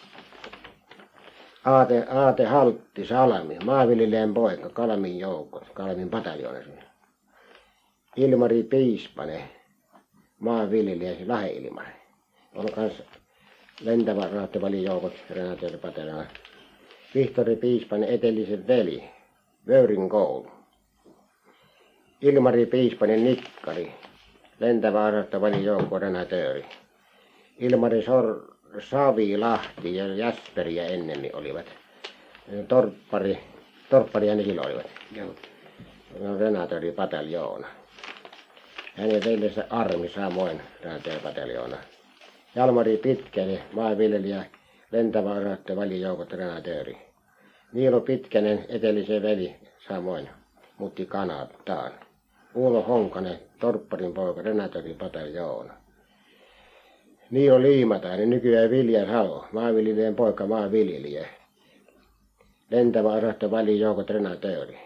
Aate Haltti Salmi, maanviljelijän poika, Kalmin joukot, Kalmin pataljoonassa. Ilmari Piispanen, maanviljelijä, Lahe-Ilmari. On kanssa lentävä rahoittavalijoukot, Renaattori Patelina. Vihtori Piispanen, etelisen veli, Vöyrin koulu. Ilmari Piispanen, nikkari, lentävä rahoittavalijoukko, Renatööri. Ilmari Savilahti ja Jäsperi ja ennemmin olivat. Torppari ja niillä olivat. Joo. Renatööri pataljoona. Hänen veljensä Armi samoin Renatööri pataljoona. Jalmari Pitkänen, maanviljelijä, lentävä osasto, valijoukot, Renatööri. Niilo Pitkänen, etelisen veli, samoin, muutti Kanattaan. Uulo Honkanen, torpparin poika, Renatööri pataljoona. Niilo Liimatainen, nykyään Vilja Salo, maanviljelijän poika, maanviljelijä. Lentävä osasto, valijoukot, Renatööri.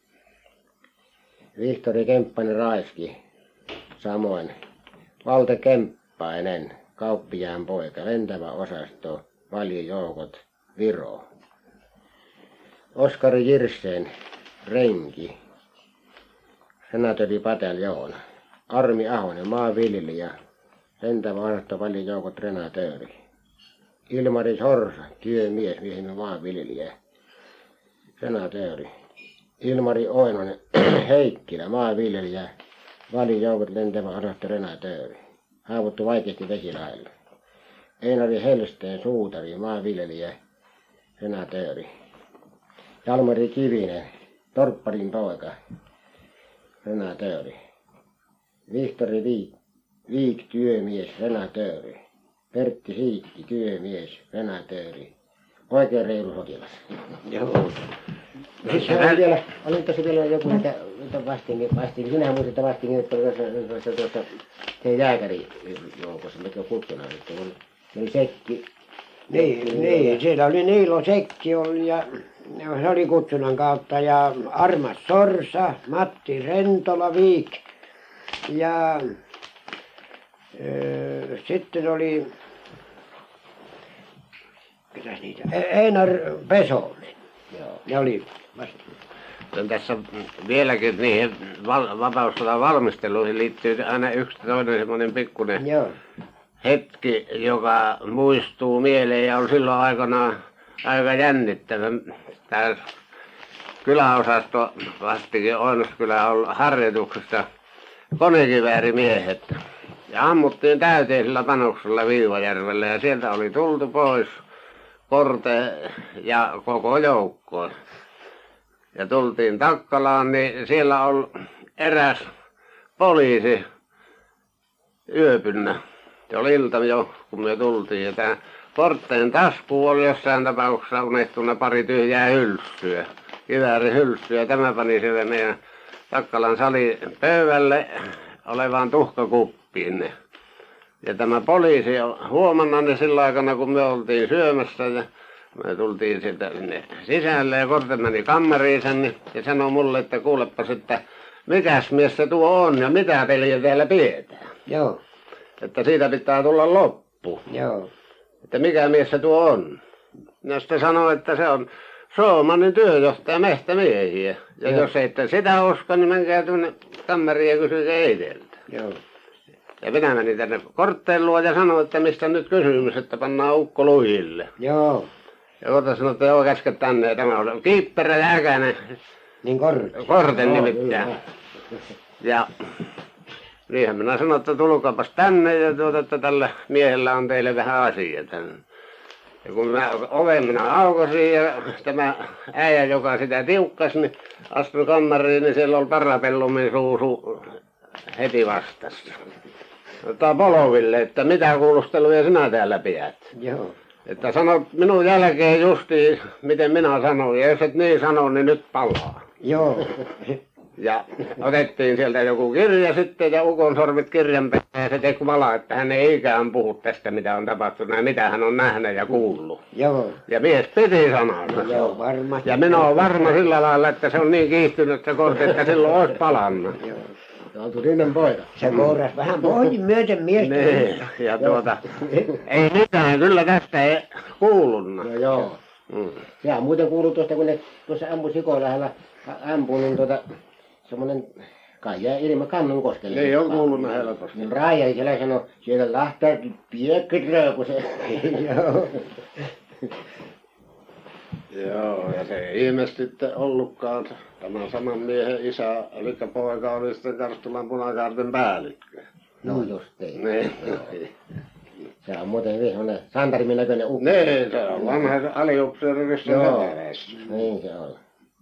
Vihtori Kemppainen Raiski, samoin. Valte Kemppainen, kauppiaan poika, lentävä osasto, valijoukot, Viro. Oskari Jirsen, renki, Renatööri pataljoona. Armi Ahonen, maanviljelijä, lentävä osasto, valijoukot, Renatööri. Ilmari Sorsa, työmies, myöhemmin maanviljelijä, Renatööri. Ilmari Oinonen, Heikkilä, maanviljelijä, valijoukot, lentävä osasto, Renatööri. Haavoittui vaikeasti Vesilahdella. Einari Helsteen, suutari, maanviljelijä, Renatööri. Jalmari Kivinen, torpparin poika, Renatööri. Vihtori Viik, työmies, Renatööri. Pertti Siikki, työmies, Renatööri. Oikein reilu sotilas. Joo. Oli tässä vielä joku, mitä vastiin. Sinähän muistat, että vastiin, että tuossa teidän jääkärijoukossa, mikä on kutsuna sitten. Oli Sekki. Niin, siellä oli Niilo Sekki oli ja se oli kutsunan kautta ja Armas Sorsa, Matti Rentola Viik ja sitten oli ketäs niitä, Einar Pesonen. Joo. Ne oli vasta. Tässä vieläkin niihin vapaussodan valmisteluihin liittyy aina yksi toinen semmoinen pikkuinen Joo. hetki, joka muistuu mieleen ja on silloin aikana aika jännittävä. Tämä kyläosasto vastikin Oinoskylä on harjoituksessa konekiväärimiehet. Ja ammuttiin täyteisellä panoksella Viivajärvellä ja sieltä oli tultu pois Korte ja koko joukko. Ja tultiin Takkalaan, niin siellä oli eräs poliisi yöpynnä. Se oli ilta jo, kun me tultiin. Ja tämä Kortteen tasku oli jossain tapauksessa unehtuna pari tyhjää hylssyä, kiväärihylssyä. Tämä pani siellä meidän Takkalan salin pöydälle olevaan tuhkakuppiin. Ja tämä poliisi on huomannut ne sillä aikana, kun me oltiin syömässä. Ja me tultiin sieltä sinne sisälle ja Korte meni kammariinsa niin, ja sanoi mulle, että kuulepas, että mikäs mies se tuo on ja mitä peliä täällä pidetään. Joo. Että siitä pitää tulla loppu. Joo. että mikä mies se tuo on. Ja sitten sanoi, että se on Soomannin työjohtaja metsämiehiä. Ja Joo. jos ette sitä usko, niin menkää tuonne kammariin ja kysykää itseltä. Joo. Ja minä menin tänne kortteen luo ja sanoin, että mistä nyt kysymys, että pannaan ukko lujille. Joo. Ja Korte sanoi, että joo, käske tänne. Ja tämä on Kiipperä ja Äkänen, Niin kortti. Korten nimittäin. Ja niinhän minä sanoin, että tulkaapas tänne ja että tällä miehellä on teille vähän asiaa. Ja kun minä aukasin ja tämä äijä, joka sitä tiukkasi, niin astui kammariin, niin siellä oli parapellumin suu heti vastassa. Poloville, että mitä kuulusteluja sinä täällä pidät. Joo. Että sanot minun jälkeen justi, miten minä sanoin, ja jos et niin sano, niin nyt palaa. Joo. Ja otettiin sieltä joku kirja sitten ja ukon sormit kirjan päälle ja se teki vala, että hän ei ikään puhu tästä, mitä on tapahtunut ja mitä hän on nähnyt ja kuullut. Joo. Ja mies piti sanansa. Joo, varmasti. Ja minä olen varma sillä lailla, että se on niin kiihtynyt se kortti, että silloin olisi palannut. Joo. Se on Rinnen poika. Se kouras vähän pohti myöten miestä. Niin, ja ei mitään, kyllä tästä ei kuulunut. No joo. Mm. Sehän muuten kuuluu tuosta, kun ne tuossa ampui Sikon lähellä ampui, niin semmoinen Kaija ilma Kannonkoskelle. Ei ole kuulunut helposti. Niin Raija siellä sanoi, siellä lähtee piekkiröö, kun se... Joo. Joo, ja se ei ilmeisesti sitten ollutkaan tämän saman miehen isä, eli poika oli sitten Karstulan punakaarten päällikkö. No justiin. Niin. Se on muuten hyvin semmoinen Santarimin näköinen ukko. Niin, se on vanha aliupseerissa Joo. setäreessä. Niin se on.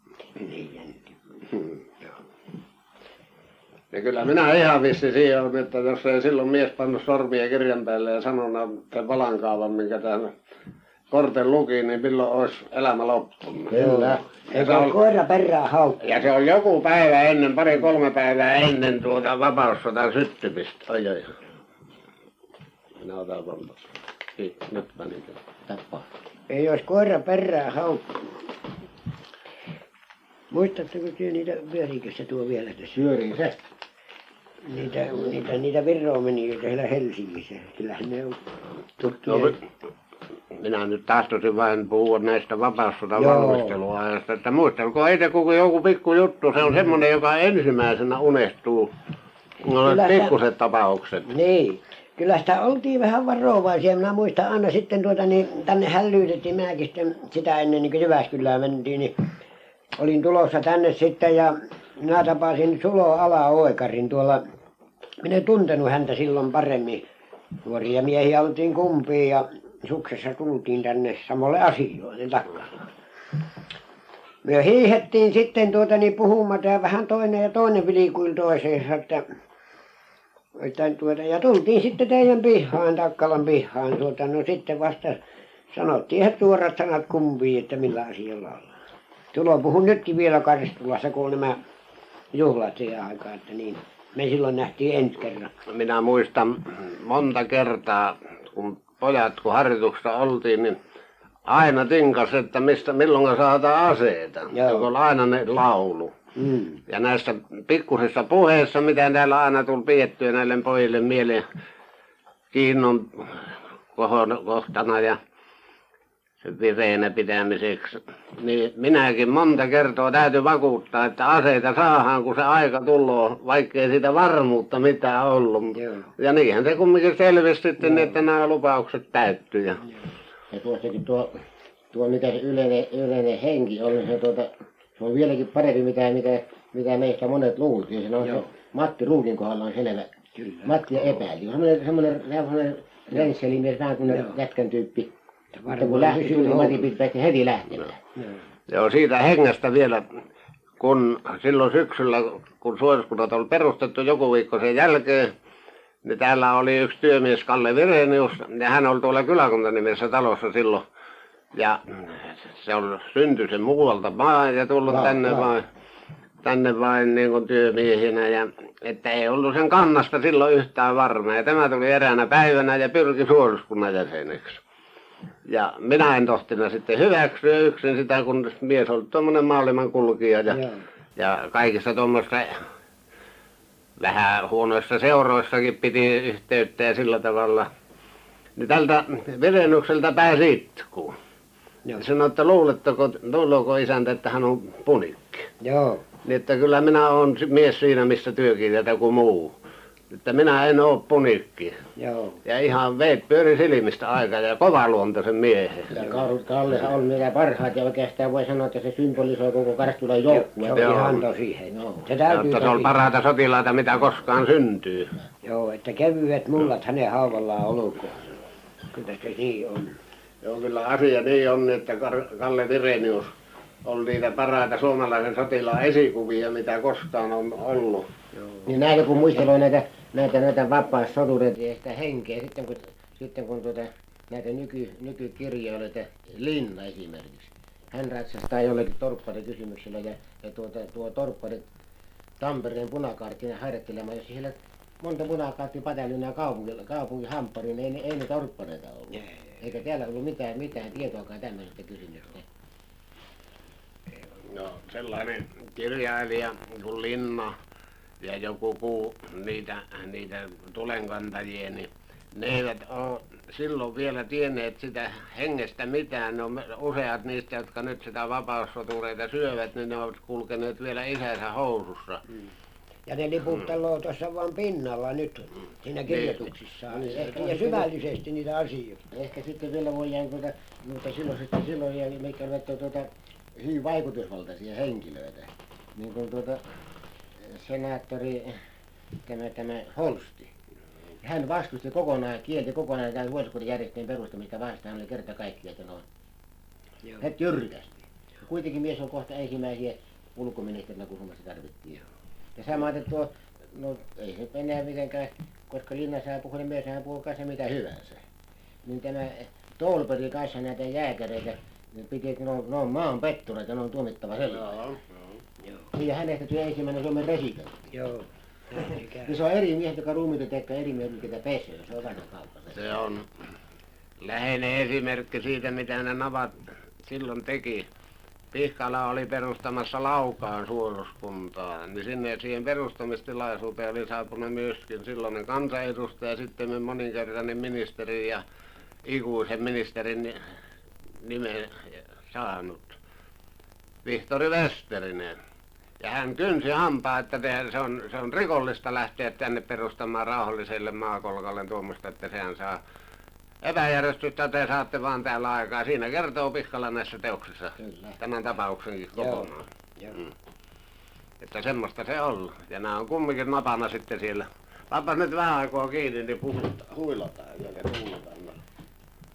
Ja kyllä minä ihan vissi siihen on, että jos ei silloin mies pannut sormia kirjan päälle ja sanonut sen valankaavan, minkä tämän korten luki, niin milloin olisi elämä loppunut. Kyllä. Ja se Eikä on, koira perään haukku. ja se on joku päivä ennen, 2-3 päivää ennen tuota vapaussodan syttymistä. Oi, oi. Minä otan pompas. Nyt meni. Tappaa. Ei olisi koira perään haukku. Muistatteko te niitä, pyöriikö se tuo vielä tässä? Syörii se. Niitä viromenijoita siellä Helsingissä. Kyllähän ne on tuttuja. No, minä nyt tahtoisin vain puhua näistä vapaussodan Joo. valmisteluajasta, että muistelko itse kukin joku pikku juttu, se on semmoinen, joka ensimmäisenä unestuu. No, Kyllä sitä- pikkuset tapaukset. Niin. Kyllä sitä oltiin vähän varovaisia. Minä muistan aina sitten niin tänne hällyytettiin. Minäkin sitten sitä ennen niin kuin Jyväskylään mentiin, niin olin tulossa tänne sitten ja minä tapasin Sulo Alaoikarin tuolla. Minä en tuntenut häntä silloin paremmin. Nuoria miehiä oltiin kumpiin ja suksessa tultiin tänne samalle asioille takkaan. Me hiihettiin sitten niin puhumatta ja vähän toinen ja toinen vilikuili toiseensa, että ja tultiin sitten teidän pihaan, Takkalan pihaan, no sitten vasta sanottiin ihan suorat sanat kumpiin, että millä asialla ollaan. Tulo puhun nytkin vielä Karstulassa, kun on nämä juhlat siihen aikaan, että niin, me silloin nähtiin ensi kerran. Minä muistan monta kertaa, kun pojat, kun harjoituksessa oltiin, niin aina tinkas, että milloin saadaan aseita. Joo. Se oli aina ne laulu. Mm. Ja näissä pikkusissa puheissa, mitä täällä aina tuli pidettyä näille pojille mieleen kiinnon kohtana ja sen vireenä pitämiseksi, niin minäkin monta kertaa täytyy vakuuttaa, että aseita saadaan, kun se aika tulee, vaikkei siitä varmuutta mitään ollut. Joo. Ja niinhän se kumminkin selvisi sitten, että nämä lupaukset täyttyi. Ja tuossakin tuo mikä se yleinen henki on, niin se on vieläkin parempi mitä meistä monet luultiin. Se on se Matti Ruukin kohdalla on selvä. Kyllä. Matti ja epäili. Semmoinen rensselimies, vähän kuin jätkän tyyppi. Mutta kun lähti tuli, Matti piti heti lähtemään. joo, siitä hengestä vielä, kun silloin syksyllä, kun suoriskunnat oli perustettu joku viikko sen jälkeen, niin täällä oli yksi työmies Kalle Virenius, ja hän oli tuolla Kyläkunta-nimessä talossa silloin. Ja se on syntyisin muualta vaan ja tullut tänne vain niin kuin työmiehinä. Ja että ei ollut sen kannasta silloin yhtään varma. Ja tämä tuli eräänä päivänä ja pyrki suoriskunnan jäseneksi. Ja minä en tohtina sitten hyväksyä yksin sitä, kun mies oli tuommoinen maalliman kulkija. Ja kaikissa tuommoista vähän huonoissa seuroissakin piti yhteyttä ja sillä tavalla. niin tältä Virenukselta pääsi itkuun. Joo. Sanoi, että luuleeko isäntä, että hän on punikki. Joo. Niin että kyllä minä olen mies siinä, missä työkin ja joku muu. Että minä en ole punikki. Joo. Ja ihan veet pyöri silmistä aika ja kovaluontoisen miehen. Ja Kallehan on meillä parhaat ja oikeastaan voi sanoa, että se symbolisoi koko Karstulan joukkueen. Se on Joo. ihan tosi. Joo. Se Ja täytyy että se on tosi. parhaita sotilaita, mitä koskaan syntyy. Joo, että kevyet mullat hänen hauvallaan olkoon. Kyllä se niin on. Joo, kyllä asia niin on, että Kalle Virenius on niitä parhaita suomalaisen sotilaan esikuvia, mitä koskaan on ollut. Niin näitä kun muistelee näitä vapaassotureita ja sitä henkeä, sitten kun näitä nykykirjoilijoita, Linna esimerkiksi, hän ratsastaa jollekin torpparikysymyksellä ja tuo torppari Tampereen punakaartina harjoittelemaan, jos siellä monta punakaarttipataljoonaa kaupungin hamppariin, ei ne torppareita ollut. Eikä täällä ollut mitään tietoakaan tämmöisestä kysymyksestä. No, sellainen kirjailija kuin Linna ja joku muu niitä tulenkantajia, niin ne eivät ole silloin vielä tienneet sitä hengestä mitään. Ne on useat niistä, jotka nyt sitä vapaussotureita syövät, niin ne ovat kulkeneet vielä isänsä housussa. Ja ne liputteloo tuossa vaan pinnalla nyt siinä kirjoituksissaan. Ja syvällisesti niitä asioita. Ehkä sitten vielä voidaan mutta silloin ja mikä on hyvin vaikutusvaltaisia henkilöitä. Niin kuin senaattori tämä Holsti. Hän vastusti kielti kokonaan tämän vuosikodin perustamista vastaan, oli kerta kaikkiaan, että heti jyrkästi. Ja kuitenkin mies on kohta ensimmäisiä ulkoministerinä, kun Suomessa tarvittiin. Ja samaten ei se enää mitenkään, koska Linna saa puhua, niin mies saa puhua kanssa mitä hyvänsä. Niin tämä Tolbergin kanssa näitä jääkäreitä, niin piti, että ne on maanpettureita, ne on tuomittava sellainen. Ja hänestä tuli ensimmäinen Suomen residentti. Joo. Ja se on eri miehet, joka ruumiita tekee eri miehet, ketä pesee, se on aina kauppa. Se on läheinen esimerkki siitä, mitä ne navat silloin teki. Pihkala oli perustamassa Laukaan suojeluskuntaa, niin siihen perustamistilaisuuteen oli saapunut myöskin silloinen kansanedustaja, sitten moninkertainen ministeri ja ikuisen ministerin nimen saanut Vihtori Westerinen. Ja hän kynsi hampaa, että se on rikollista lähteä tänne perustamaan rauhalliselle maakolkalle tuommoista, että sehän saa epäjärjestystä, te saatte vaan täällä aikaa. Siinä kertoo Pihkala näissä teoksissa. Kyllä. Tämän tapauksenkin kokonaan. Joo. Että semmoista se on. Ja nämä on kumminkin napana sitten siellä. Panpas nyt vähän aikaa kiinni, niin huilataan ja tuuletaan.